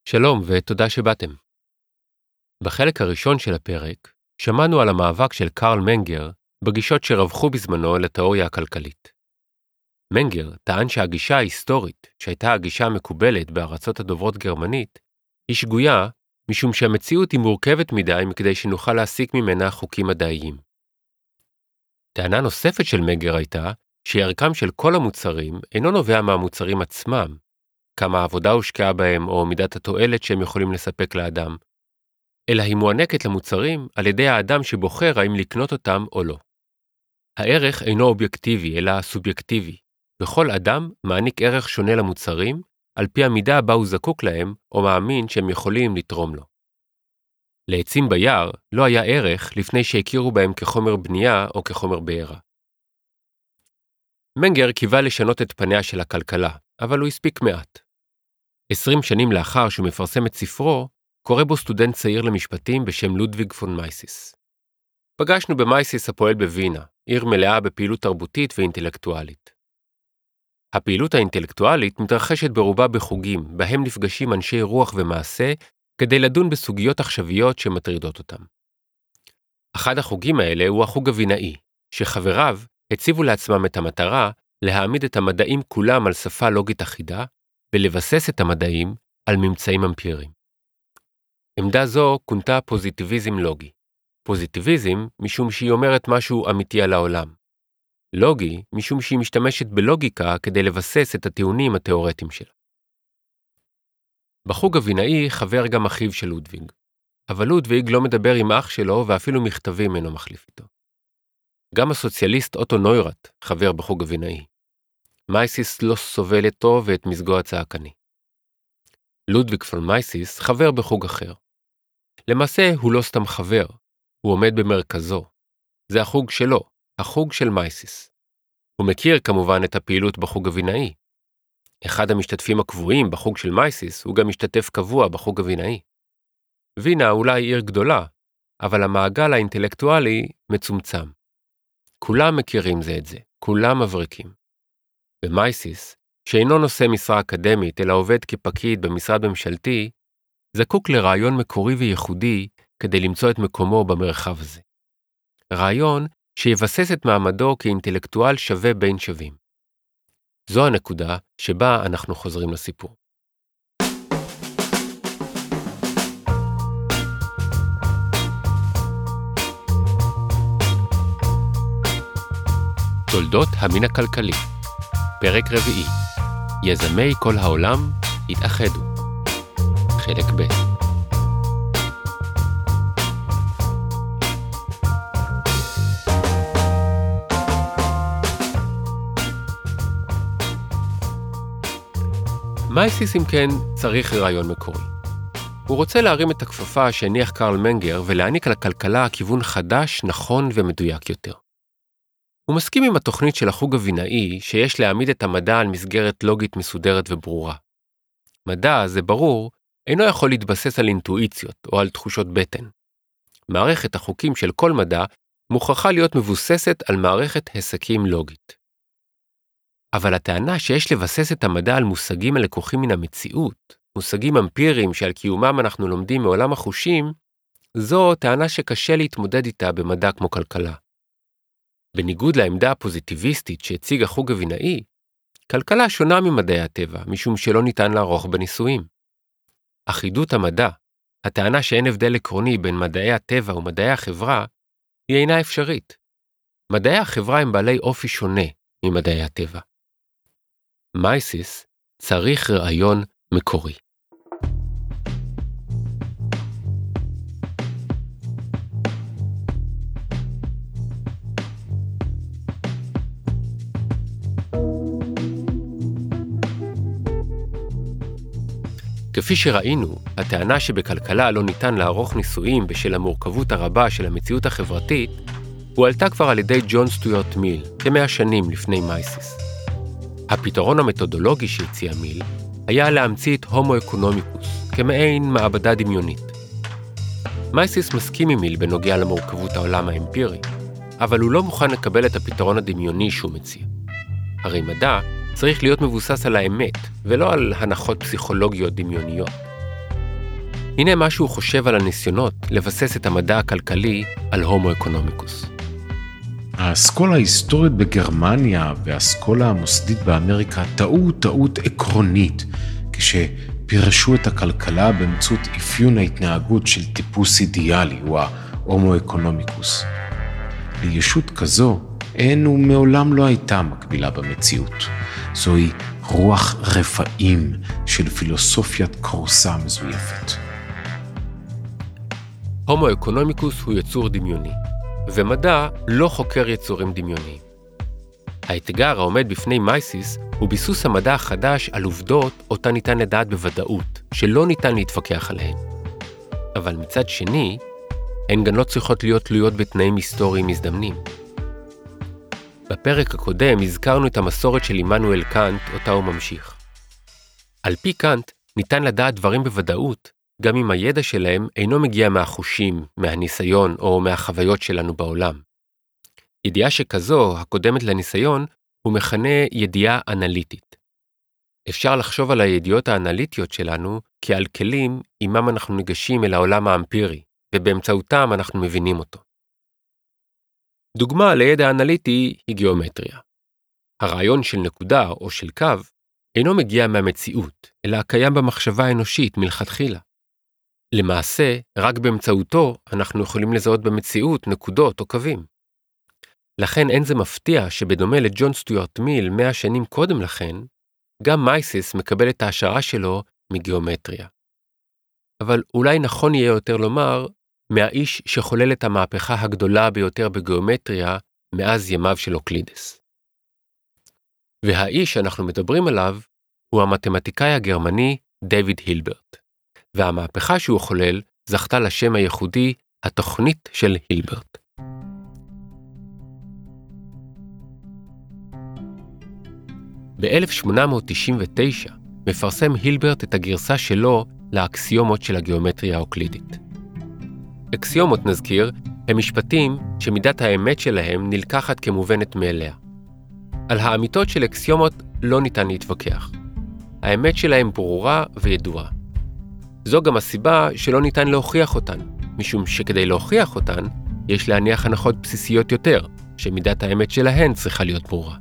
שלום ותודה שבאתם. בחלק הראשון של הפרק שמענו על המאבק של קרל מנגר בגישות שרווחו בזמנו לתיאוריה הכלכלית. מנגר טען שהגישה ההיסטורית, שהייתה הגישה המקובלת בארצות הדוברות גרמנית, היא שגויה משום שהמציאות היא מורכבת מדי מכדי שנוכל להסיק ממנה חוקים מדעיים. טענה נוספת של מנגר הייתה שערכם של כל המוצרים אינו נובע מהמוצרים עצמם, כמה עבודה הושקעה בהם או מידת התועלת שהם יכולים לספק לאדם, אלא היא מוענקת למוצרים על ידי האדם שבוחר האם לקנות אותם או לא. הערך אינו אובייקטיבי אלא סובייקטיבי, וכל אדם מעניק ערך שונה למוצרים על פי המידה בה הוא זקוק להם או מאמין שהם יכולים לתרום לו. לעצים ביער לא היה ערך לפני שהכירו בהם כחומר בנייה או כחומר בעירה. מנגר קיווה לשנות את פניה של הכלכלה, אבל הוא הספיק מעט. 20 שנים לאחר שהוא מפרסם את ספרו, קורא בו סטודנט צעיר למשפטים בשם לודוויג פון מייסיס. פגשנו במייסיס הפועל בווינה, עיר מלאה בפעילות תרבותית ואינטלקטואלית. הפעילות האינטלקטואלית מתרחשת ברובה בחוגים, בהם נפגשים אנשי רוח ומעשה, כדי לדון בסוגיות עכשוויות שמטרידות אותם. אחד החוגים האלה הוא החוג הווינאי, שחבריו הציבו לעצמם את המטרה להעמיד את המדעים כולם על שפה לוגית אחידה, ולבסס את המדעים על ממצאים אמפיריים. עמדה זו כונתה פוזיטיביזם לוגי. פוזיטיביזם משום שהיא אומרת משהו אמיתי על העולם. לוגי משום שהיא משתמשת בלוגיקה כדי לבסס את הטיעונים התיאורטיים שלה. בחוג הווינאי חבר גם אחיו של לודוויג, אבל לודוויג לא מדבר עם אח שלו ואפילו מכתבים אינו מחליף איתו. גם הסוציאליסט אוטו נוירט חבר בחוג הווינאי. מייסיס לא סובל אותו ואת מזגו הצעקני. לודוויג פון מייסיס חבר בחוג אחר. למעשה הוא לא סתם חבר, הוא עומד במרכזו. זה החוג שלו, החוג של מייסיס. הוא מכיר כמובן את הפעילות בחוג הווינאי. אחד המשתתפים הקבועים בחוג של מייסיס הוא גם משתתף קבוע בחוג הווינאי. וינה אולי עיר גדולה, אבל המעגל האינטלקטואלי מצומצם. כולם מכירים זה את זה, כולם מבריקים. ומייסיס, שאינו נושא משרה אקדמית אלא עובד כפקיד במשרד ממשלתי, זקוק לרעיון מקורי וייחודי כדי למצוא את מקומו במרחב הזה. רעיון שיבסס את מעמדו כאינטלקטואל שווה בין שווים. זו הנקודה שבה אנחנו חוזרים לסיפור. תולדות המין הכלכלי. פרק רביעי. יזמי כל העולם התאחדו. חלק ב'. מייסיס אם כן צריך רעיון מקורי. הוא רוצה להרים את הכפפה שהניח קרל מנגר ולהעניק לכלכלה כיוון חדש, נכון ומדויק יותר. הוא מסכים עם התוכנית של החוג הווינאי שיש להעמיד את המדע על מסגרת לוגית מסודרת וברורה. מדע, זה ברור, אינו יכול להתבסס על אינטואיציות או על תחושות בטן. מערכת החוקים של כל מדע מוכרחה להיות מבוססת על מערכת היסקים לוגית. אבל הטענה שיש לבסס את המדע על מושגים הלקוחים מן המציאות, מושגים אמפיריים שעל קיומם אנחנו לומדים מעולם החושים, זו טענה שקשה להתמודד איתה במדע כמו כלכלה. בניגוד לעמדה הפוזיטיביסטית שהציג החוג הווינאי, כלכלה שונה ממדעי הטבע, משום שלא ניתן לערוך בניסויים. אחידות המדע, הטענה שאין הבדל עקרוני בין מדעי הטבע ומדעי החברה, היא אינה אפשרית. מדעי החברה הם בעלי אופי שונה ממדעי הטבע. מייסיס צריך רעיון מקורי. כפי שראינו, הטענה שבכלכלה לא ניתן לערוך ניסויים בשל המורכבות הרבה של המציאות החברתית, הועלתה כבר על ידי ג'ון סטוארט מיל, כ100 שנים לפני מייסיס. הפתרון המתודולוגי שהציע מיל היה להמציא את הומו אקונומיקוס, כמעין מעבדה דמיונית. מייסיס מסכים עם מיל בנוגע למורכבות העולם האמפירי, אבל הוא לא מוכן לקבל את הפתרון הדמיוני שהוא מציע. הרי מדע צריך להיות מבוסס על האמת, ולא על הנחות פסיכולוגיות דמיוניות. הנה מה שהוא חושב על הניסיונות לבסס את המדע הכלכלי על הומו אקונומיקוס. האסכולה ההיסטורית בגרמניה והאסכולה המוסדית באמריקה טעו טעות עקרונית כשפירשו את הכלכלה באמצעות אפיון ההתנהגות של טיפוס אידיאלי, הוא ההומו אקונומיקוס. לישות כזו אין ומעולם לא הייתה מקבילה במציאות. זוהי רוח רפאים של פילוסופיית קורסה מזויפת. הומו אקונומיקוס הוא יצור דמיוני, ומדע לא חוקר יצורים דמיוניים. האתגר העומד בפני מייסיס הוא ביסוס המדע החדש על עובדות אותה ניתן לדעת בוודאות, שלא ניתן להתווכח עליהן. אבל מצד שני, הן גם לא צריכות להיות תלויות בתנאים היסטוריים מזדמנים. בפרק הקודם הזכרנו את המסורת של עמנואל קאנט, אותה הוא ממשיך. על פי קאנט, ניתן לדעת דברים בוודאות, גם אם הידע שלהם אינו מגיע מהחושים, מהניסיון או מהחוויות שלנו בעולם. ידיעה שכזו, הקודמת לניסיון, הוא מכנה ידיעה אנליטית. אפשר לחשוב על הידיעות האנליטיות שלנו כעל כלים עימם אנחנו ניגשים אל העולם האמפירי, ובאמצעותם אנחנו מבינים אותו. דוגמה לידע אנליטי היא גיאומטריה. הרעיון של נקודה או של קו אינו מגיע מהמציאות, אלא קיים במחשבה האנושית מלכתחילה. למעשה, רק באמצעותו אנחנו יכולים לזהות במציאות נקודות או קווים. לכן אין זה מפתיע שבדומה לג'ון סטיוארט מיל 100 שנים קודם לכן, גם מייסיס מקבל את ההשערה שלו מגיאומטריה. אבל אולי נכון יהיה יותר לומר, מהאיש שחולל את המהפכה הגדולה ביותר בגיאומטריה מאז ימיו של אוקלידס. והאיש שאנחנו מדברים עליו הוא המתמטיקאי הגרמני דיוויד הילברט, והמהפכה שהוא חולל זכתה לשם הייחודי התוכנית של הילברט. ב-1899 מפרסם הילברט את הגרסה שלו לאקסיומות של הגיאומטריה האוקלידית. אקסיומות, נזכיר, הם משפטים שמידת האמת שלהם נלקחת כמובנת מאליה. על האמיתות של אקסיומות לא ניתן להתווכח. האמת שלהם ברורה וידועה. זו גם הסיבה שלא ניתן להוכיח אותן, משום שכדי להוכיח אותן, יש להניח הנחות בסיסיות יותר, שמידת האמת שלהן צריכה להיות ברורה.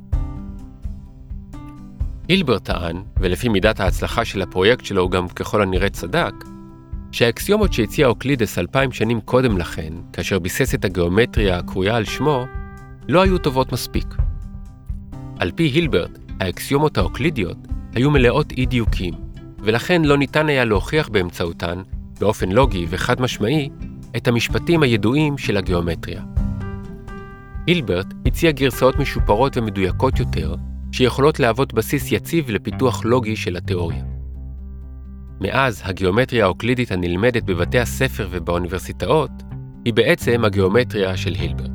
הילברט טען, ולפי מידת ההצלחה של הפרויקט שלו הוא גם ככל הנראה צדק, שהאקסיומות שהציע אוקלידס 2000 שנים קודם לכן, כאשר ביסס את הגיאומטריה הקרויה על שמו, לא היו טובות מספיק. על פי הילברט, האקסיומות האוקלידיות היו מלאות אי דיוקים, ולכן לא ניתן היה להוכיח באמצעותן, באופן לוגי וחד משמעי, את המשפטים הידועים של הגיאומטריה. הילברט הציע גרסאות משופרות ומדויקות יותר, שיכולות להוות בסיס יציב לפיתוח לוגי של התיאוריה. מאז הגיאומטריה האוקלידית הנלמדת בבתי הספר ובאוניברסיטאות, היא בעצם הגיאומטריה של הילברט.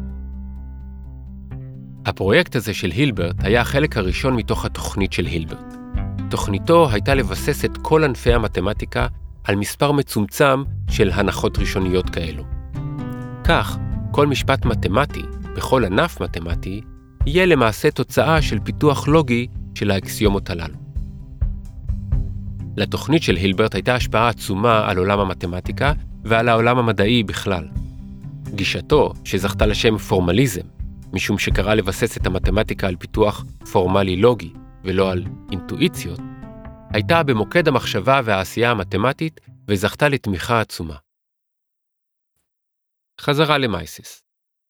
הפרויקט הזה של הילברט היה החלק הראשון מתוך התוכנית של הילברט. תוכניתו הייתה לבסס את כל ענפי המתמטיקה על מספר מצומצם של הנחות ראשוניות כאלו. כך, כל משפט מתמטי, בכל ענף מתמטי, יהיה למעשה תוצאה של פיתוח לוגי של האקסיומות הללו. לתוכנית של הילברט הייתה השפעה עצומה על עולם המתמטיקה ועל העולם המדעי בכלל. גישתו, שזכתה לשם פורמליזם, משום שקרא לבסס את המתמטיקה על פיתוח פורמלי לוגי ולא על אינטואיציות, הייתה במוקד המחשבה והעשייה המתמטית וזכתה לתמיכה עצומה. חזרה למייסיס.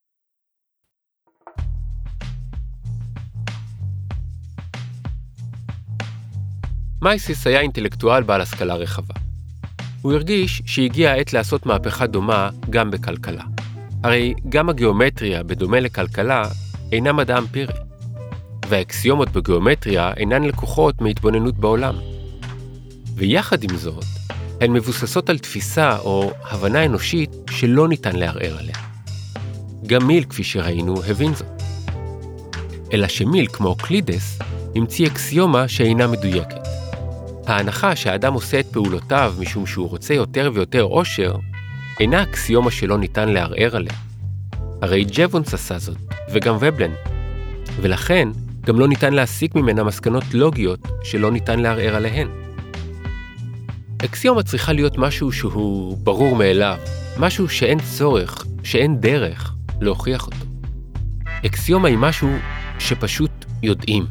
מייסיס היה אינטלקטואל בעל השכלה רחבה. הוא הרגיש שהגיעה העת לעשות מהפכה דומה גם בכלכלה. הרי גם הגיאומטריה, בדומה לכלכלה, אינה מדע אמפירי. והאקסיומות בגיאומטריה אינן לקוחות מהתבוננות בעולם. ויחד עם זאת, הן מבוססות על תפיסה או הבנה אנושית שלא ניתן לערער עליה. גם מיל, כפי שראינו, הבין זאת. אלא שמיל, כמו אוקלידס, המציא אקסיומה שאינה מדויקת. ההנחה שהאדם עושה את פעולותיו משום שהוא רוצה יותר ויותר עושר, אינה אקסיומה שלא ניתן לערער עליה. הרי ג'בונס עשה זאת, וגם ובלן, ולכן גם לא ניתן להסיק ממנה מסקנות לוגיות שלא ניתן לערער עליהן. אקסיומה צריכה להיות משהו שהוא ברור מאליו, משהו שאין צורך, שאין דרך להוכיח אותו. אקסיומה היא משהו שפשוט יודעים.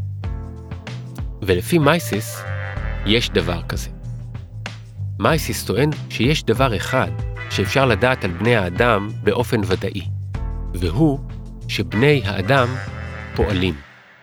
ולפי מייסיס, יש דבר כזה. מייסיס טוען שיש דבר אחד שאפשר לדעת על בני האדם באופן ודאי, והוא שבני האדם פועלים.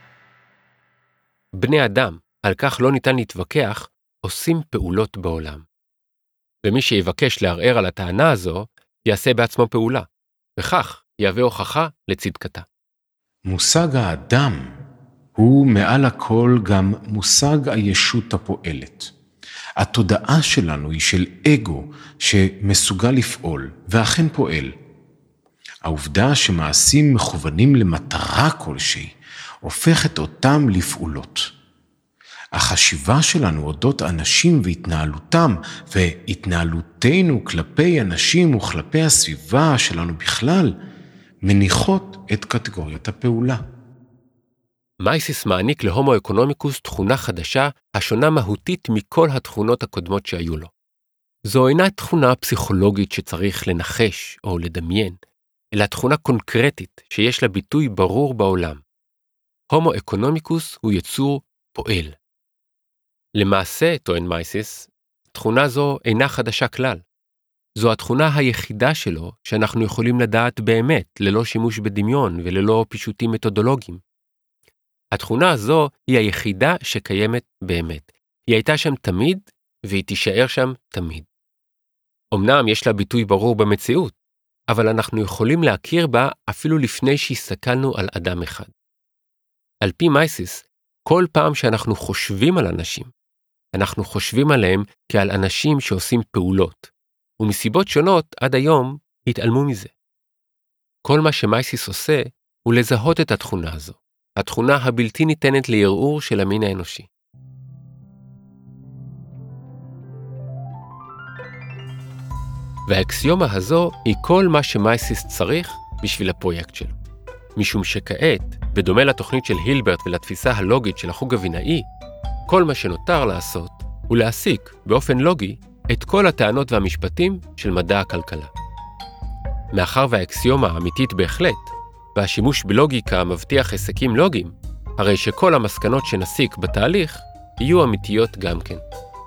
בני אדם, על כך לא ניתן להתווכח, עושים פעולות בעולם. ומי שיבקש לערער על הטענה הזו, יעשה בעצמו פעולה, וכך יהווה הוכחה לצדקתה. מושג האדם הוא מעל הכל גם מושג הישות הפועלת. התודעה שלנו היא של אגו שמסוגל לפעול, ואכן פועל. העובדה שמעשים מכוונים למטרה כלשהי, הופכת אותם לפעולות. החשיבה שלנו אודות אנשים והתנהלותם, והתנהלותנו כלפי אנשים וכלפי הסביבה שלנו בכלל, מניחות את קטגוריית הפעולה. מייסיס מעניק להומו אקונומיקוס תכונה חדשה השונה מהותית מכל התכונות הקודמות שהיו לו. זו אינה תכונה פסיכולוגית שצריך לנחש או לדמיין, אלא תכונה קונקרטית שיש לה ביטוי ברור בעולם. הומו אקונומיקוס הוא יצור פועל. למעשה, טוען מייסיס, תכונה זו אינה חדשה כלל. זו התכונה היחידה שלו שאנחנו יכולים לדעת באמת, ללא שימוש בדמיון וללא פישוטים מתודולוגיים. התכונה הזו היא היחידה שקיימת באמת. היא הייתה שם תמיד, והיא תישאר שם תמיד. אמנם יש לה ביטוי ברור במציאות, אבל אנחנו יכולים להכיר בה אפילו לפני שהסתכלנו על אדם אחד. על פי מייסיס, כל פעם שאנחנו חושבים על אנשים, אנחנו חושבים עליהם כעל אנשים שעושים פעולות, ומסיבות שונות עד היום התעלמו מזה. כל מה שמייסיס עושה הוא לזהות את התכונה הזו, התכונה הבלתי ניתנת לערעור של המין האנושי. והאקסיומה הזו היא כל מה שמייסיס צריך בשביל הפרויקט שלו. משום שכעת, בדומה לתוכנית של הילברט ולתפיסה הלוגית של החוג הבינאי, כל מה שנותר לעשות הוא להסיק באופן לוגי את כל הטענות והמשפטים של מדע הכלכלה. מאחר והאקסיומה האמיתית בהחלט, והשימוש בלוגיקה מבטיח היסקים לוגיים, הרי שכל המסקנות שנסיק בתהליך יהיו אמיתיות גם כן.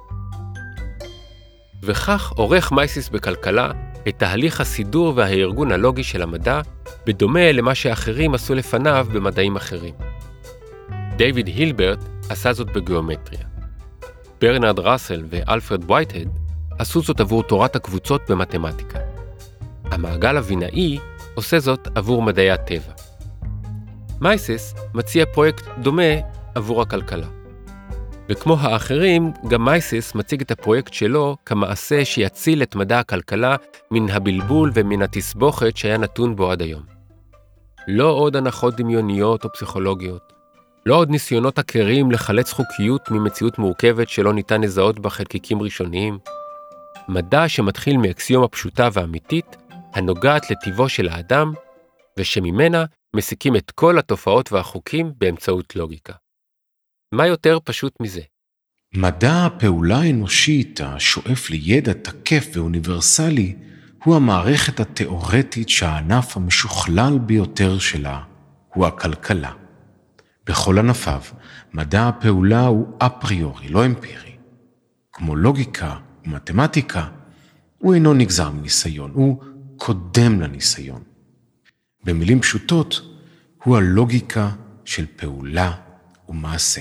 וכך עורך מייסיס בכלכלה את תהליך הסידור והארגון הלוגי של המדע, בדומה למה שאחרים עשו לפניו במדעים אחרים. דיוויד הילברט עשה זאת בגיאומטריה. ברנרד ראסל ואלפרד וייטהד עשו זאת עבור תורת הקבוצות במתמטיקה. המעגל הבינאי עושה זאת עבור מדעי הטבע. מייסיס מציע פרויקט דומה עבור הכלכלה. וכמו האחרים, גם מייסיס מציג את הפרויקט שלו כמעשה שיציל את מדע הכלכלה מן הבלבול ומן התסבוכת שהיה נתון בו עד היום. לא עוד הנחות דמיוניות או פסיכולוגיות, לא עוד ניסיונות עקרים לחלץ חוקיות ממציאות מורכבת שלא ניתן לזהות בה חלקיקים ראשוניים. מדע שמתחיל מאקסיומה פשוטה ואמיתית, הנוגעת לטיבו של האדם, ושממנה מסיקים את כל התופעות והחוקים באמצעות לוגיקה. מה יותר פשוט מזה? מדע הפעולה האנושית השואף לידע תקף ואוניברסלי, הוא המערכת התיאורטית שהענף המשוכלל ביותר שלה הוא הכלכלה. בכל ענפיו, מדע הפעולה הוא אפריורי, לא אמפירי. כמו לוגיקה ומתמטיקה, הוא אינו נגזר מניסיון, הוא קודם לניסיון. במילים פשוטות, הוא הלוגיקה של פעולה ומעשה.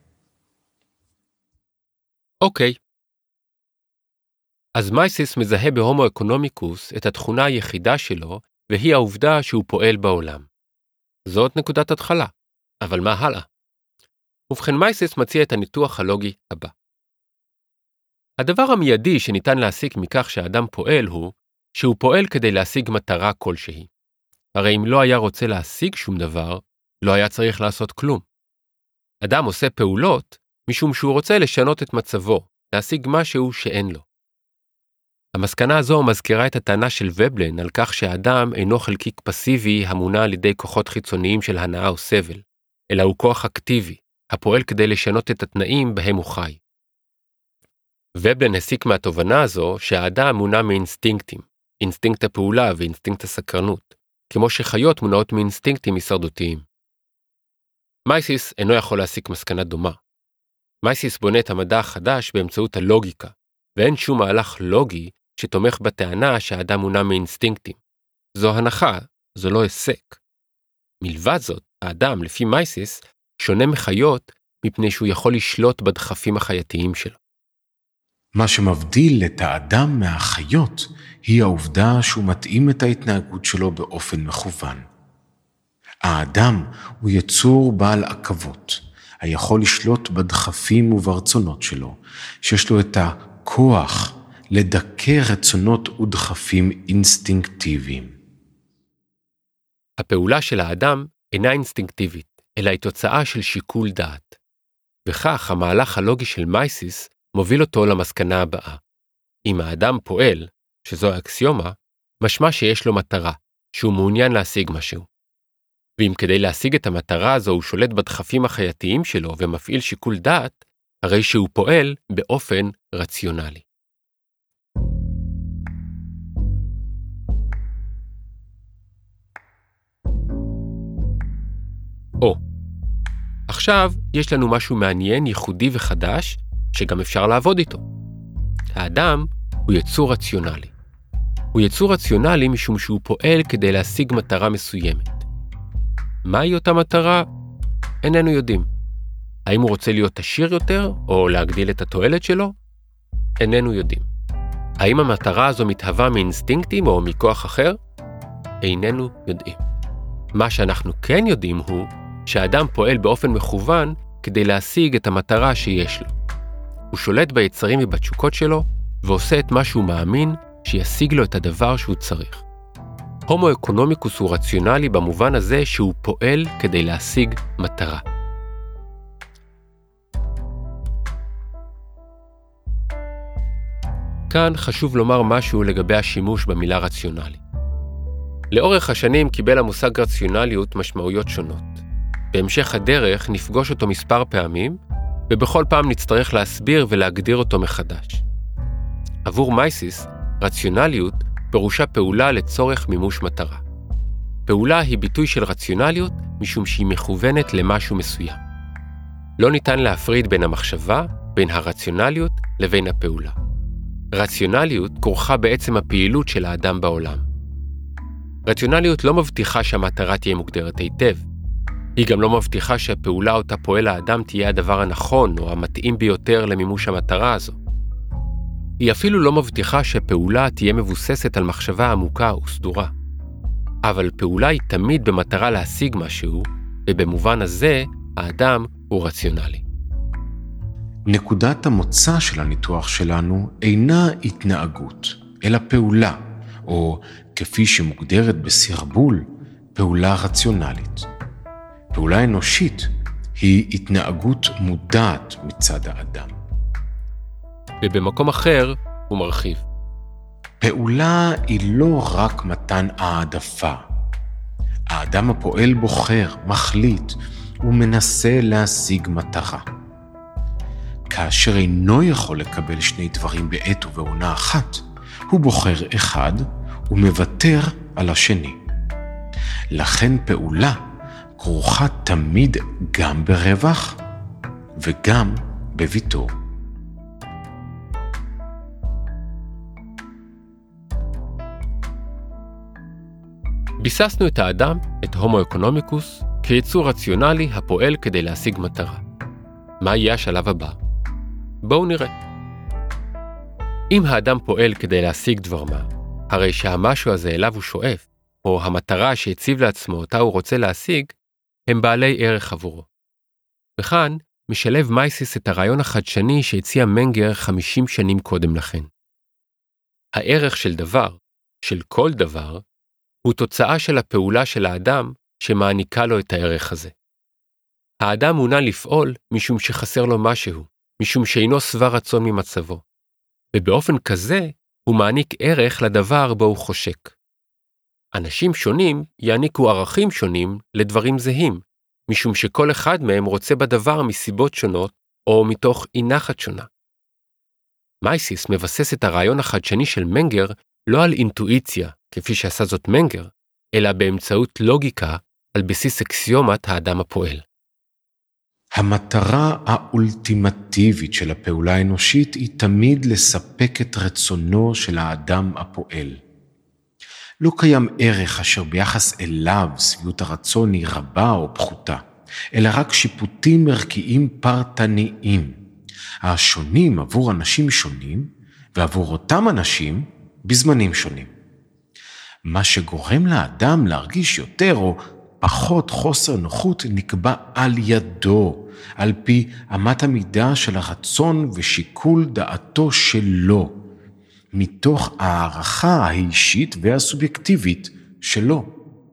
אוקיי. אז מייסיס מזהה בהומו אקונומיקוס את התכונה היחידה שלו, והיא העובדה שהוא פועל בעולם. זאת נקודת התחלה. אבל מה הלאה? ובכן מייסיס מציע את הניתוח הלוגי הבא. הדבר המיידי שניתן להסיק מכך שהאדם פועל הוא, שהוא פועל כדי להשיג מטרה כלשהי. הרי אם לא היה רוצה להשיג שום דבר, לא היה צריך לעשות כלום. אדם עושה פעולות משום שהוא רוצה לשנות את מצבו, להשיג משהו שאין לו. המסקנה הזו מזכירה את הטענה של ובלן על כך שהאדם אינו חלקיק פסיבי המונע על ידי כוחות חיצוניים של הנאה או סבל, אלא הוא כוח אקטיבי, הפועל כדי לשנות את התנאים בהם הוא חי. ובלן הסיק מהתובנה הזו שהאדם מונע מאינסטינקטים, אינסטינקט הפעולה ואינסטינקט הסקרנות, כמו שחיות מונעות מאינסטינקטים הישרדותיים. מייסיס אינו יכול להסיק מסקנה דומה. מייסיס בונה את המדע החדש באמצעות הלוגיקה, ואין שום מהלך לוגי שתומך בטענה שהאדם מונע מאינסטינקטים. זו הנחה, זו לא היסק. מלבד זאת, האדם, לפי מייסיס, שונה מחיות מפני שהוא יכול לשלוט בדחפים החייתיים שלו. מה שמבדיל את האדם מהחיות היא העובדה שהוא מתאים את ההתנהגות שלו באופן מכוון. האדם הוא יצור בעל עכבות, היכול לשלוט בדחפים וברצונות שלו, שיש לו את הכוח לדכא רצונות ודחפים אינסטינקטיביים. הפעולה של האדם אינה אינסטינקטיבית, אלא היא תוצאה של שיקול דעת. וכך המהלך הלוגי של מייסיס מוביל אותו למסקנה הבאה. אם האדם פועל, שזו האקסיומה, משמע שיש לו מטרה, שהוא מעוניין להשיג משהו. ואם כדי להשיג את המטרה הזו הוא שולט בדחפים החייתיים שלו ומפעיל שיקול דעת, הרי שהוא פועל באופן רציונלי. עכשיו יש לנו משהו מעניין, ייחודי וחדש, שגם אפשר לעבוד איתו. האדם הוא יצור רציונלי. הוא יצור רציונלי משום שהוא פועל כדי להשיג מטרה מסוימת. מהי אותה מטרה? איננו יודעים. האם הוא רוצה להיות עשיר יותר, או להגדיל את התועלת שלו? איננו יודעים. האם המטרה הזו מתהווה מאינסטינקטים או מכוח אחר? איננו יודעים. מה שאנחנו כן יודעים הוא שהאדם פועל באופן מכוון כדי להשיג את המטרה שיש לו. הוא שולט ביצרים ובתשוקות שלו, ועושה את מה שהוא מאמין שישיג לו את הדבר שהוא צריך. הומו אקונומיקוס הוא רציונלי במובן הזה שהוא פועל כדי להשיג מטרה. כאן חשוב לומר משהו לגבי השימוש במילה רציונלי. לאורך השנים קיבל המושג רציונליות משמעויות שונות. בהמשך הדרך נפגוש אותו מספר פעמים, ובכל פעם נצטרך להסביר ולהגדיר אותו מחדש. עבור מייסיס, רציונליות פירושה פעולה לצורך מימוש מטרה. פעולה היא ביטוי של רציונליות משום שהיא מכוונת למשהו מסוים. לא ניתן להפריד בין המחשבה, בין הרציונליות לבין הפעולה. רציונליות כרוכה בעצם הפעילות של האדם בעולם. רציונליות לא מבטיחה שהמטרה תהיה מוגדרת היטב. היא גם לא מבטיחה שהפעולה אותה פועל האדם תהיה הדבר הנכון או המתאים ביותר למימוש המטרה הזו. היא אפילו לא מבטיחה שהפעולה תהיה מבוססת על מחשבה עמוקה וסדורה. אבל פעולה היא תמיד במטרה להשיג משהו, ובמובן הזה האדם הוא רציונלי. נקודת המוצא של הניתוח שלנו אינה התנהגות, אלא פעולה, או כפי שמוגדרת בסרבול, פעולה רציונלית. פעולה אנושית היא התנהגות מודעת מצד האדם. ובמקום אחר הוא מרחיב. פעולה היא לא רק מתן העדפה. האדם הפועל בוחר, מחליט, ומנסה להשיג מטרה. כאשר אינו יכול לקבל שני דברים בעת ובעונה אחת, הוא בוחר אחד ומוותר על השני. לכן פעולה כרוכה תמיד גם ברווח וגם בוויתור. ביססנו את האדם, את הומו אקונומיקוס, כיצור רציונלי הפועל כדי להשיג מטרה. מה יהיה השלב הבא? בואו נראה. אם האדם פועל כדי להשיג דבר מה, הרי שהמשהו הזה אליו הוא שואף, או המטרה שהציב לעצמו אותה הוא רוצה להשיג, הם בעלי ערך עבורו. וכאן משלב מייסיס את הרעיון החדשני שהציע מנגר 50 שנים קודם לכן. הערך של דבר, של כל דבר, הוא תוצאה של הפעולה של האדם שמעניקה לו את הערך הזה. האדם מונע לפעול משום שחסר לו משהו, משום שאינו שבע רצון ממצבו. ובאופן כזה הוא מעניק ערך לדבר בו הוא חושק. אנשים שונים יעניקו ערכים שונים לדברים זהים, משום שכל אחד מהם רוצה בדבר מסיבות שונות או מתוך אי נחת שונה. מייסיס מבסס את הרעיון החדשני של מנגר לא על אינטואיציה, כפי שעשה זאת מנגר, אלא באמצעות לוגיקה על בסיס אקסיומת האדם הפועל. המטרה האולטימטיבית של הפעולה האנושית היא תמיד לספק את רצונו של האדם הפועל. לא קיים ערך אשר ביחס אליו שביעות הרצון היא רבה או פחותה, אלא רק שיפוטים ערכיים פרטניים, השונים עבור אנשים שונים ועבור אותם אנשים בזמנים שונים. מה שגורם לאדם להרגיש יותר או פחות חוסר נוחות נקבע על ידו, על פי אמת המידה של הרצון ושיקול דעתו שלו, מתוך הערכה האישית והסובייקטיבית שלו.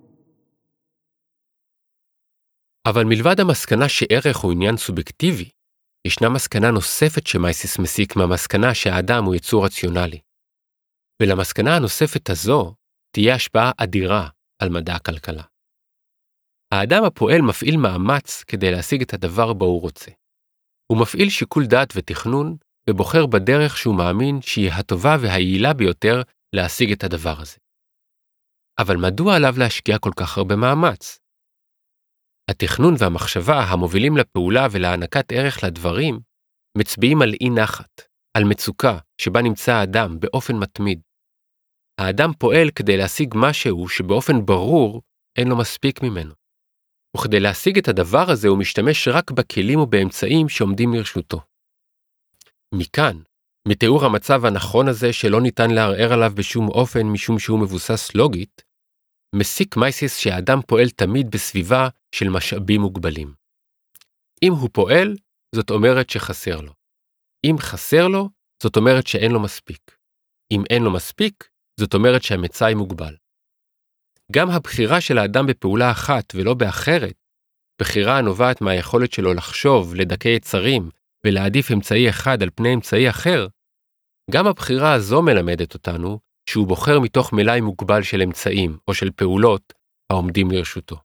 אבל מלבד המסקנה שערך הוא עניין סובייקטיבי, ישנה מסקנה נוספת שמייסיס מסיק מהמסקנה שהאדם הוא יצור רציונלי. ולמסקנה הנוספת הזו תהיה השפעה אדירה על מדע הכלכלה. האדם הפועל מפעיל מאמץ כדי להשיג את הדבר בו הוא רוצה. הוא מפעיל שיקול דעת ותכנון ובוחר בדרך שהוא מאמין שהיא הטובה והיעילה ביותר להשיג את הדבר הזה. אבל מדוע עליו להשקיע כל כך הרבה מאמץ? התכנון והמחשבה המובילים לפעולה ולהענקת ערך לדברים מצביעים על אי נחת, על מצוקה שבה נמצא האדם באופן מתמיד. האדם פועל כדי להשיג משהו שבאופן ברור אין לו מספיק ממנו. וכדי להשיג את הדבר הזה הוא משתמש רק בכלים ובאמצעים שעומדים לרשותו. מכאן, מתיאור המצב הנכון הזה שלא ניתן לערער עליו בשום אופן משום שהוא מבוסס לוגית, מסיק מייסיס שהאדם פועל תמיד בסביבה של משאבים מוגבלים. אם הוא פועל, זאת אומרת שחסר לו. אם חסר לו, זאת אומרת שאין לו מספיק. אם אין לו מספיק, זאת אומרת שהמצאי מוגבל. גם הבחירה של האדם בפעולה אחת ולא באחרת, בחירה הנובעת מהיכולת שלו לחשוב, לדכא יצרים ולהעדיף אמצעי אחד על פני אמצעי אחר, גם הבחירה הזו מלמדת אותנו שהוא בוחר מתוך מלאי מוגבל של אמצעים או של פעולות העומדים לרשותו.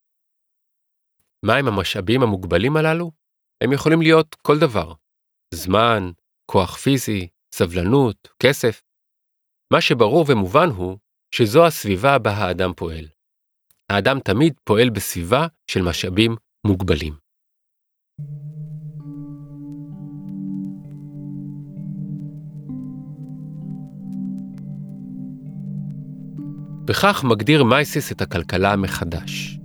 מהם המשאבים המוגבלים הללו? הם יכולים להיות כל דבר. זמן, כוח פיזי, סבלנות, כסף. מה שברור ומובן הוא שזו הסביבה בה האדם פועל. האדם תמיד פועל בסביבה של משאבים מוגבלים. בכך מגדיר מייסיס את הכלכלה מחדש.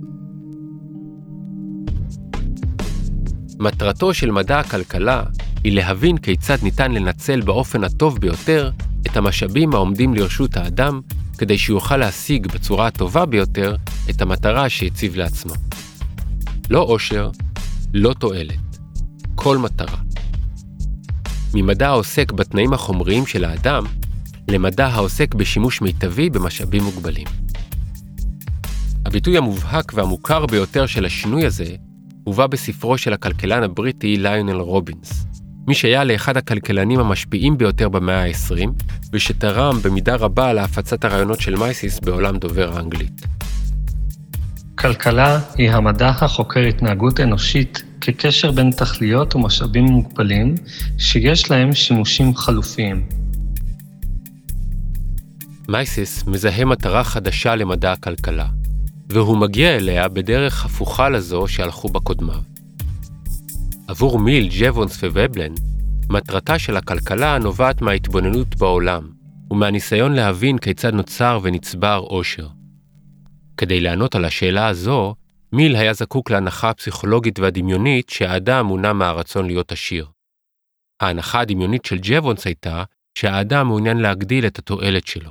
מטרתו של מדע הכלכלה היא להבין כיצד ניתן לנצל באופן הטוב ביותר את המשאבים העומדים לרשות האדם כדי שיוכל להשיג בצורה הטובה ביותר את המטרה שהציב לעצמו. לא עושר, לא תועלת, כל מטרה. ממדע העוסק בתנאים החומריים של האדם, למדע העוסק בשימוש מיטבי במשאבים מוגבלים. הביטוי המובהק והמוכר ביותר של השינוי הזה הובא בספרו של הכלכלן הבריטי ליונל רובינס, מי שהיה לאחד הכלכלנים המשפיעים ביותר במאה ה-20, ושתרם במידה רבה להפצת הרעיונות של מייסיס בעולם דובר האנגלית. כלכלה היא המדע החוקר התנהגות אנושית כקשר בין תכליות ומשאבים מוגבלים שיש להם שימושים חלופיים. מייסיס מזהה מטרה חדשה למדע הכלכלה, והוא מגיע אליה בדרך הפוכה לזו שהלכו בקודמיו. עבור מיל, ג'וונס וובלן, מטרתה של הכלכלה נובעת מההתבוננות בעולם, ומהניסיון להבין כיצד נוצר ונצבר עושר. כדי לענות על השאלה הזו, מיל היה זקוק להנחה הפסיכולוגית והדמיונית שהאדם מונע מהרצון להיות עשיר. ההנחה הדמיונית של ג'וונס הייתה שהאדם מעוניין להגדיל את התועלת שלו.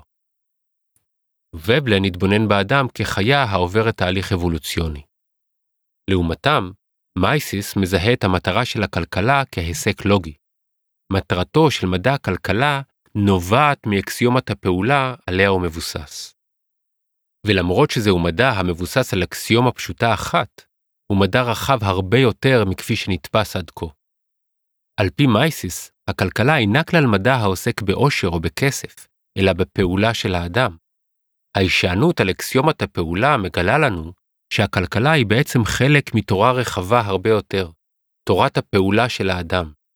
ובלן התבונן באדם כחיה העוברת תהליך אבולוציוני. לעומתם, מייסיס מזהה את המטרה של הכלכלה כהיסק לוגי. מטרתו של מדע הכלכלה נובעת מאקסיומת הפעולה עליה הוא מבוסס. ולמרות שזהו מדע המבוסס על אקסיומה פשוטה אחת, הוא מדע רחב הרבה יותר מכפי שנתפס עד כה. על פי מייסיס, הכלכלה אינה כלל מדע העוסק בעושר או בכסף, אלא בפעולה של האדם. ההישענות על אקסיומת הפעולה מגלה לנו שהכלכלה היא בעצם חלק מתורה רחבה הרבה יותר, תורת הפעולה של האדם.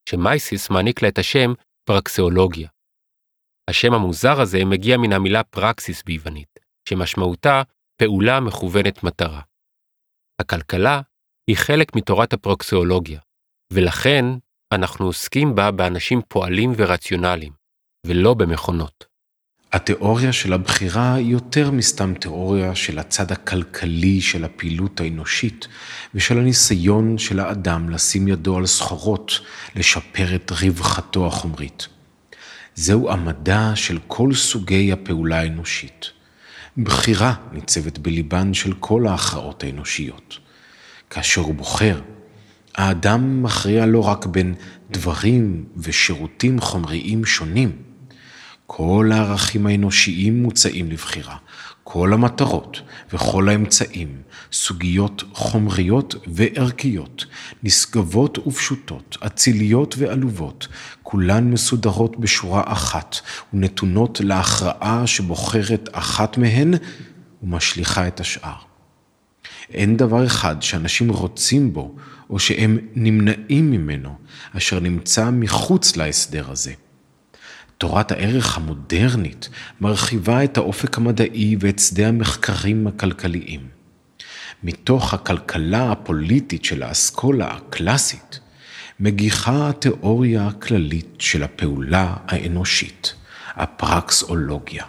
שמייסיס מעניק לה את השם פרקסיאולוגיה. השם המוזר הזה מגיע מן המילה פרקסיס ביוונית, שמשמעותה פעולה מכוונת מטרה. הכלכלה היא חלק מתורת הפרקסיאולוגיה, ולכן אנחנו עוסקים בה באנשים פועלים ורציונליים, ולא במכונות. התיאוריה של הבחירה היא יותר מסתם תיאוריה של הצד הכלכלי של הפעילות האנושית, ושל הניסיון של האדם לשים ידו על סחורות, לשפר את רווחתו החומרית. זהו המדע של כל סוגי הפעולה האנושית. בחירה ניצבת בליבן של כל ההכרעות האנושיות. כאשר הוא בוחר, האדם מכריע לא רק בין דברים ושירותים חומריים שונים. כל הערכים האנושיים מוצאים לבחירה, כל המטרות וכל האמצעים, סוגיות חומריות וערכיות, נשגבות ופשוטות, אציליות ועלובות, כולן מסודרות בשורה אחת ונתונות להכרעה שבוחרת אחת מהן ומשליכה את השאר. אין דבר אחד שאנשים רוצים בו או שהם נמנעים ממנו, אשר נמצא מחוץ להסדר הזה. תורת הערך המודרנית מרחיבה את האופק המדעי ואת שדה המחקרים הכלכליים. מתוך הכלכלה הפוליטית של האסכולה הקלאסית, מגיחה התיאוריה הכללית של הפעולה האנושית, הפרקסאולוגיה.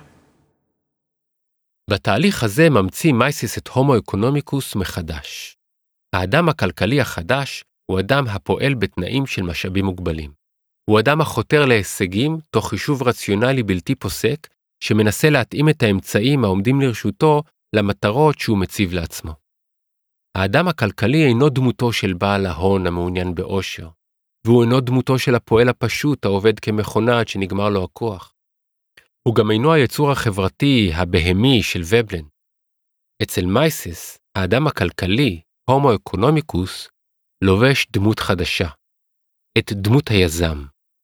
בתהליך הזה ממציא מייסיס את הומו אקונומיקוס מחדש. האדם הכלכלי החדש הוא אדם הפועל בתנאים של משאבים מוגבלים. הוא אדם החותר להישגים תוך חישוב רציונלי בלתי פוסק, שמנסה להתאים את האמצעים העומדים לרשותו למטרות שהוא מציב לעצמו. האדם הכלכלי אינו דמותו של בעל ההון המעוניין באושר, והוא אינו דמותו של הפועל הפשוט העובד כמכונה עד שנגמר לו הכוח. הוא גם אינו היצור החברתי הבהמי של ובלן. אצל מייסיס, האדם הכלכלי, הומו אקונומיקוס, לובש דמות חדשה, את דמות היזם.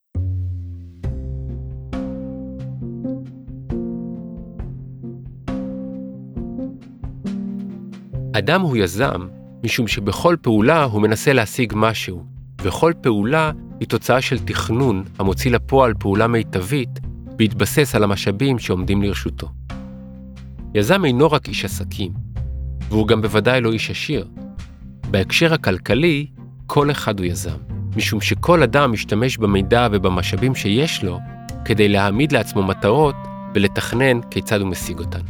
אדם הוא יזם משום שבכל פעולה הוא מנסה להשיג משהו, וכל פעולה היא תוצאה של תכנון המוציא לפועל פעולה מיטבית בהתבסס על המשאבים שעומדים לרשותו. יזם אינו רק איש עסקים, והוא גם בוודאי לא איש עשיר. בהקשר הכלכלי, כל אחד הוא יזם, משום שכל אדם משתמש במידע ובמשאבים שיש לו כדי להעמיד לעצמו מטרות ולתכנן כיצד הוא משיג אותן.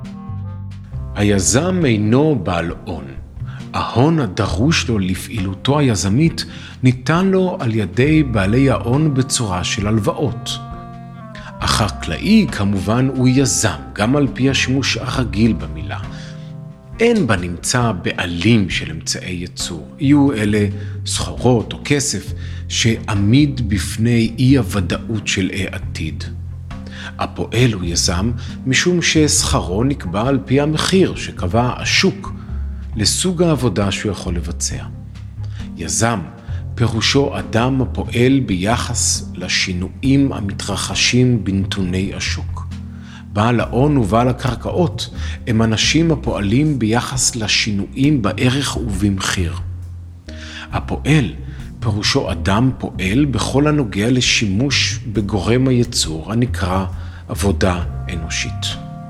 היזם אינו בעל הון. ההון הדרוש לו לפעילותו היזמית ניתן לו על ידי בעלי ההון בצורה של הלוואות. החקלאי כמובן הוא יזם, גם על פי השימוש הרגיל במילה. אין בנמצא בעלים של אמצעי ייצור, יהיו אלה סחורות או כסף שעמיד בפני אי הוודאות של העתיד. הפועל הוא יזם משום ששכרו נקבע על פי המחיר שקבע השוק לסוג העבודה שהוא יכול לבצע. יזם פירושו אדם הפועל ביחס לשינויים המתרחשים בנתוני השוק. בעל ההון ובעל הקרקעות הם אנשים הפועלים ביחס לשינויים בערך ובמחיר. הפועל פירושו אדם פועל בכל הנוגע לשימוש בגורם הייצור הנקרא עבודה אנושית.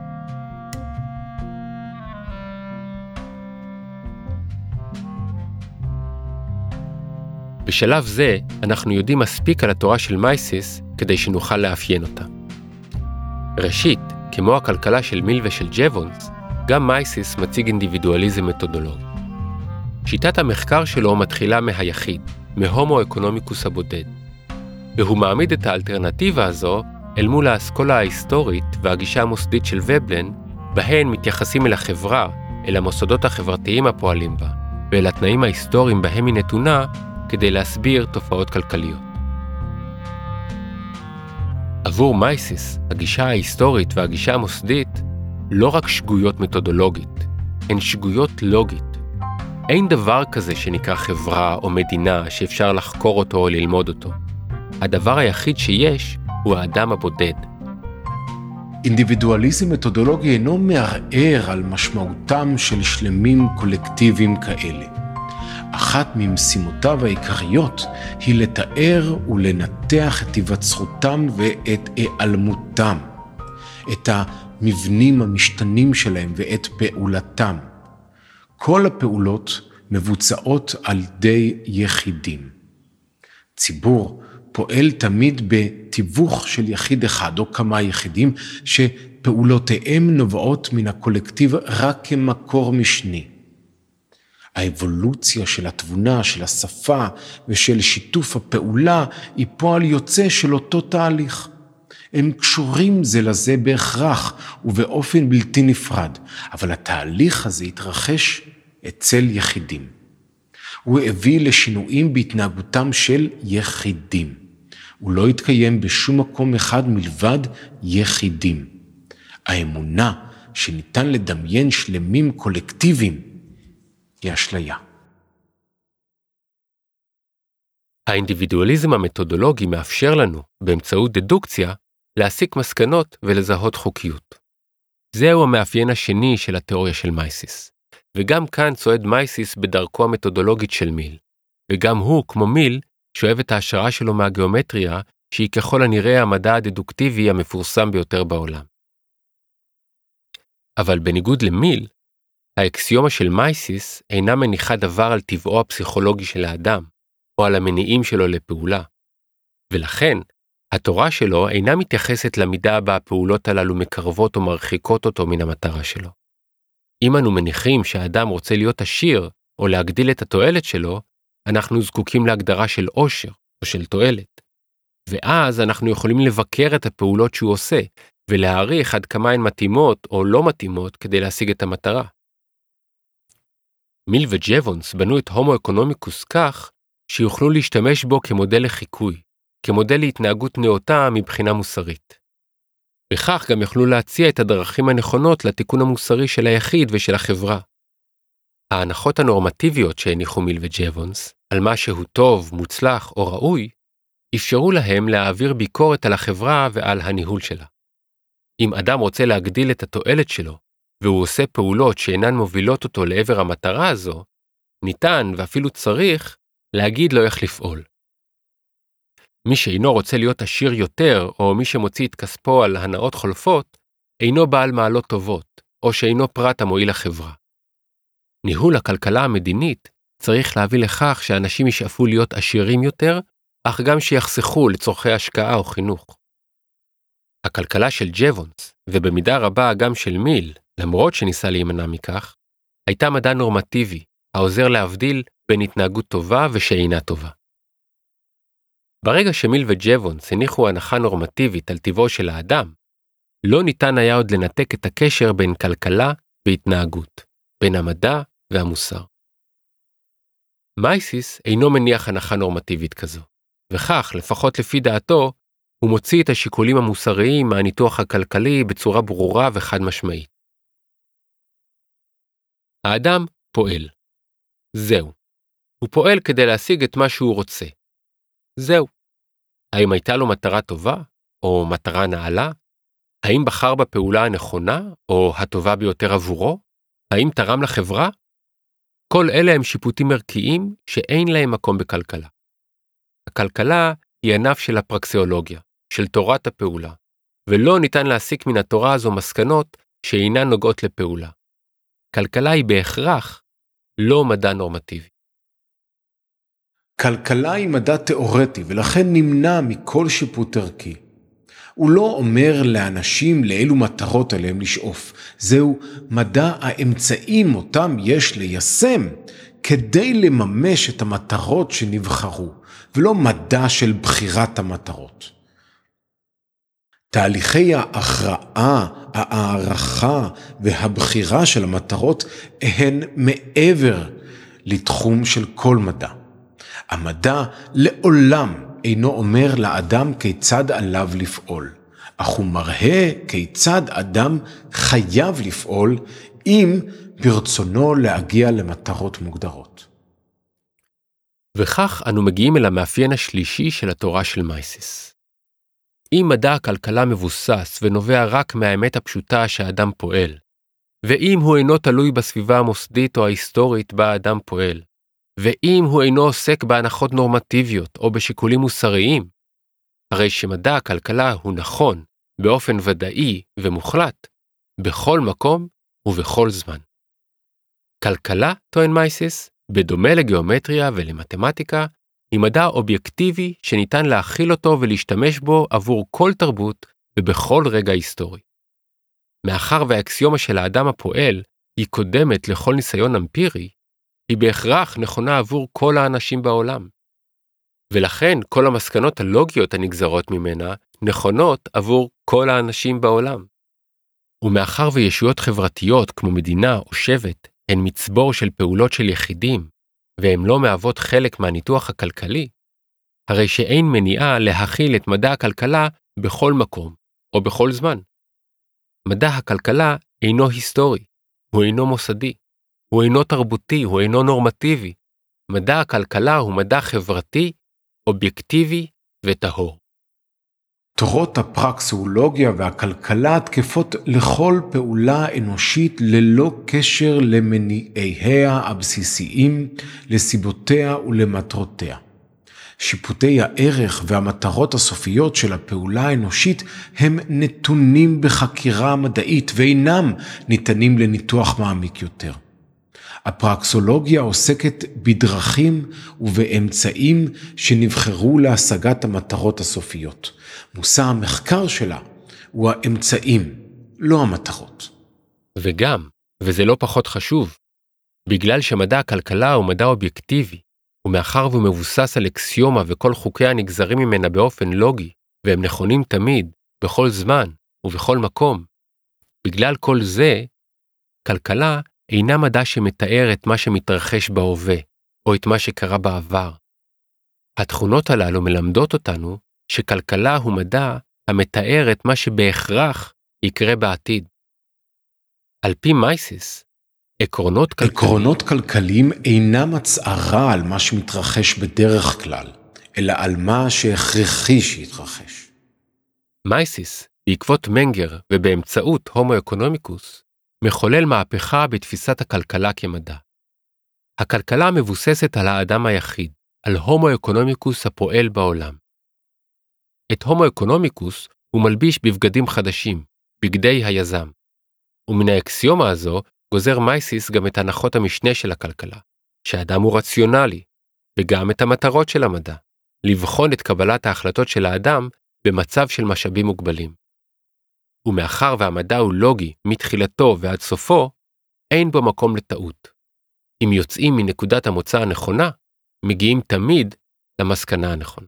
בשלב זה אנחנו יודעים מספיק על התורה של מייסיס כדי שנוכל לאפיין אותה. ראשית, כמו הכלכלה של מיל ושל ג'בונס, גם מייסיס מציג אינדיבידואליזם מתודולוגי. שיטת המחקר שלו מתחילה מהיחיד, מהומו אקונומיקוס הבודד, והוא מעמיד את האלטרנטיבה הזו אל מול האסכולה ההיסטורית והגישה המוסדית של ובלן, בהן מתייחסים אל החברה, אל המוסדות החברתיים הפועלים בה, ואל התנאים ההיסטוריים בהם היא נתונה, כדי להסביר תופעות כלכליות. עבור מייסיס, הגישה ההיסטורית והגישה המוסדית לא רק שגויות מתודולוגית, הן שגויות לוגית. אין דבר כזה שנקרא חברה או מדינה שאפשר לחקור אותו או ללמוד אותו. הדבר היחיד שיש הוא האדם הבודד. אינדיבידואליזם מתודולוגי אינו מערער על משמעותם של שלמים קולקטיביים כאלה. אחת ממשימותיו העיקריות היא לתאר ולנתח את היווצרותם ואת היעלמותם, את המבנים המשתנים שלהם ואת פעולתם. כל הפעולות מבוצעות על ידי יחידים. ציבור פועל תמיד בתיווך של יחיד אחד או כמה יחידים שפעולותיהם נובעות מן הקולקטיב רק כמקור משני. האבולוציה של התבונה, של השפה ושל שיתוף הפעולה היא פועל יוצא של אותו תהליך. הם קשורים זה לזה בהכרח ובאופן בלתי נפרד, אבל התהליך הזה התרחש אצל יחידים. הוא הביא לשינויים בהתנהגותם של יחידים. הוא לא התקיים בשום מקום אחד מלבד יחידים. האמונה שניתן לדמיין שלמים קולקטיביים היא אשליה. האינדיבידואליזם המתודולוגי מאפשר לנו, באמצעות דדוקציה, להסיק מסקנות ולזהות חוקיות. זהו המאפיין השני של התיאוריה של מייסיס. וגם כאן צועד מייסיס בדרכו המתודולוגית של מיל. וגם הוא, כמו מיל, שואב את ההשראה שלו מהגיאומטריה, שהיא ככל הנראה המדע הדדוקטיבי המפורסם ביותר בעולם. אבל בניגוד למיל, האקסיומה של מייסיס אינה מניחה דבר על טבעו הפסיכולוגי של האדם, או על המניעים שלו לפעולה. ולכן, התורה שלו אינה מתייחסת למידה בה הפעולות הללו מקרבות או מרחיקות אותו מן המטרה שלו. אם אנו מניחים שהאדם רוצה להיות עשיר, או להגדיל את התועלת שלו, אנחנו זקוקים להגדרה של עושר, או של תועלת. ואז אנחנו יכולים לבקר את הפעולות שהוא עושה, ולהעריך עד כמה הן מתאימות או לא מתאימות כדי להשיג את המטרה. מיל וג'בונס בנו את הומו אקונומיקוס כך, שיוכלו להשתמש בו כמודל לחיקוי, כמודל להתנהגות נאותה מבחינה מוסרית. בכך גם יכלו להציע את הדרכים הנכונות לתיקון המוסרי של היחיד ושל החברה. ההנחות הנורמטיביות שהניחו מיל וג'בונס, על מה שהוא טוב, מוצלח או ראוי, אפשרו להם להעביר ביקורת על החברה ועל הניהול שלה. אם אדם רוצה להגדיל את התועלת שלו, והוא עושה פעולות שאינן מובילות אותו לעבר המטרה הזו, ניתן ואפילו צריך להגיד לו איך לפעול. מי שאינו רוצה להיות עשיר יותר, או מי שמוציא את כספו על הנאות חולפות, אינו בעל מעלות טובות, או שאינו פרט המועיל לחברה. ניהול הכלכלה המדינית צריך להביא לכך שאנשים ישאפו להיות עשירים יותר, אך גם שיחסכו לצורכי השקעה או חינוך. הכלכלה של ג'בונס, ובמידה רבה גם של מיל, למרות שניסה להימנע מכך, הייתה מדע נורמטיבי, העוזר להבדיל בין התנהגות טובה ושאינה טובה. ברגע שמיל וג'בונס הניחו הנחה נורמטיבית על טבעו של האדם, לא ניתן היה עוד לנתק את הקשר בין כלכלה והתנהגות, בין המדע והמוסר. מייסיס אינו מניח הנחה נורמטיבית כזו, וכך, לפחות לפי דעתו, הוא מוציא את השיקולים המוסריים מהניתוח הכלכלי בצורה ברורה וחד משמעית. האדם פועל. זהו. הוא פועל כדי להשיג את מה שהוא רוצה. זהו. האם הייתה לו מטרה טובה, או מטרה נעלה? האם בחר בפעולה הנכונה, או הטובה ביותר עבורו? האם תרם לחברה? כל אלה הם שיפוטים ערכיים שאין להם מקום בכלכלה. הכלכלה היא ענף של הפרקסיאולוגיה, של תורת הפעולה, ולא ניתן להסיק מן התורה הזו מסקנות שאינן נוגעות לפעולה. כלכלה היא בהכרח לא מדע נורמטיבי. כלכלה היא מדע תיאורטי ולכן נמנע מכל שיפוט ערכי. הוא לא אומר לאנשים לאילו מטרות עליהם לשאוף. זהו מדע האמצעים אותם יש ליישם כדי לממש את המטרות שנבחרו, ולא מדע של בחירת המטרות. תהליכי ההכרעה, הערכה והבחירה של המטרות הן מעבר לתחום של כל מדע. המדע לעולם אינו אומר לאדם כיצד עליו לפעול, אך הוא מראה כיצד אדם חייב לפעול אם ברצונו להגיע למטרות מוגדרות. וכך אנו מגיעים אל המאפיין השלישי של התורה של מייסיס. אם מדע הכלכלה מבוסס ונובע רק מהאמת הפשוטה שהאדם פועל, ואם הוא אינו תלוי בסביבה המוסדית או ההיסטורית בה האדם פועל, ואם הוא אינו עוסק בהנחות נורמטיביות או בשיקולים מוסריים, הרי שמדע הכלכלה הוא נכון באופן ודאי ומוחלט בכל מקום ובכל זמן. כלכלה, טוען מייסיס, בדומה לגיאומטריה ולמתמטיקה, היא מדע אובייקטיבי שניתן להכיל אותו ולהשתמש בו עבור כל תרבות ובכל רגע היסטורי. מאחר והאקסיומה של האדם הפועל היא קודמת לכל ניסיון אמפירי, היא בהכרח נכונה עבור כל האנשים בעולם. ולכן כל המסקנות הלוגיות הנגזרות ממנה נכונות עבור כל האנשים בעולם. ומאחר וישויות חברתיות כמו מדינה או שבט הן מצבור של פעולות של יחידים, והן לא מהוות חלק מהניתוח הכלכלי, הרי שאין מניעה להכיל את מדע הכלכלה בכל מקום או בכל זמן. מדע הכלכלה אינו היסטורי, הוא אינו מוסדי, הוא אינו תרבותי, הוא אינו נורמטיבי. מדע הכלכלה הוא מדע חברתי, אובייקטיבי וטהור. תורות הפרקסולוגיה והכלכלה תקפות לכל פעולה אנושית ללא קשר למניעיה הבסיסיים, לסיבותיה ולמטרותיה. שיפוטי הערך והמטרות הסופיות של הפעולה האנושית הם נתונים בחקירה מדעית ואינם ניתנים לניתוח מעמיק יותר. הפרקסולוגיה עוסקת בדרכים ובאמצעים שנבחרו להשגת המטרות הסופיות. מושא המחקר שלה הוא האמצעים, לא המטרות. וגם, וזה לא פחות חשוב, בגלל שמדע הכלכלה הוא מדע אובייקטיבי, ומאחר והוא מבוסס על אקסיומה וכל חוקי הנגזרים ממנה באופן לוגי, והם נכונים תמיד, בכל זמן ובכל מקום, בגלל כל זה, כלכלה אינה מדע שמתאר את מה שמתרחש בהווה, או את מה שקרה בעבר. התכונות הללו מלמדות אותנו שכלכלה הוא מדע המתאר את מה שבהכרח יקרה בעתיד. על פי מייסיס, עקרונות כלכליים אינם הצהרה על מה שמתרחש בדרך כלל, אלא על מה שהכרחי שיתרחש. מייסיס, בעקבות מנגר ובאמצעות הומו אקונומיקוס, מחולל מהפכה בתפיסת הכלכלה כמדע. הכלכלה מבוססת על האדם היחיד, על הומו אקונומיקוס הפועל בעולם. את הומו אקונומיקוס הוא מלביש בבגדים חדשים, בגדי היזם. ומן האקסיומה הזו גוזר מייסיס גם את הנחות המשנה של הכלכלה, שהאדם הוא רציונלי, וגם את המטרות של המדע, לבחון את קבלת ההחלטות של האדם במצב של משאבים מוגבלים. ומאחר והמדע הוא לוגי מתחילתו ועד סופו, אין בו מקום לטעות. אם יוצאים מנקודת המוצא הנכונה, מגיעים תמיד למסקנה הנכונה.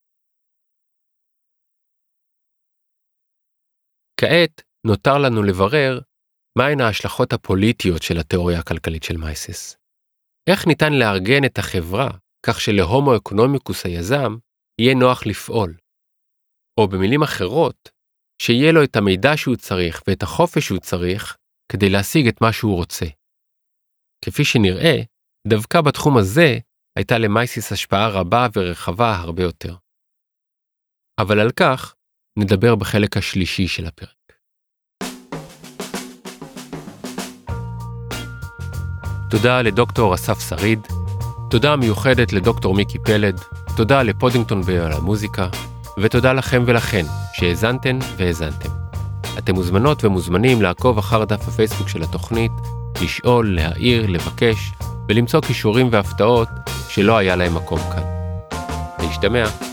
כעת נותר לנו לברר מהן ההשלכות הפוליטיות של התיאוריה הכלכלית של מייסיס. איך ניתן לארגן את החברה כך שלהומו אקונומיקוס היזם יהיה נוח לפעול? או במילים אחרות, שיהיה לו את המידע שהוא צריך ואת החופש שהוא צריך כדי להשיג את מה שהוא רוצה. כפי שנראה, דווקא בתחום הזה הייתה למייסיס השפעה רבה ורחבה הרבה יותר. אבל על כך נדבר בחלק השלישי של הפרק. תודה לדוקטור אסף שריד, תודה מיוחדת לדוקטור מיקי פלד, תודה לפודינגטון ועל המוזיקה, ותודה לכם ולכן שהאזנתן והאזנתם. אתם מוזמנות ומוזמנים לעקוב אחר דף הפייסבוק של התוכנית, לשאול, להעיר, לבקש, ולמצוא קישורים והפתעות שלא היה להם מקום כאן. להשתמע.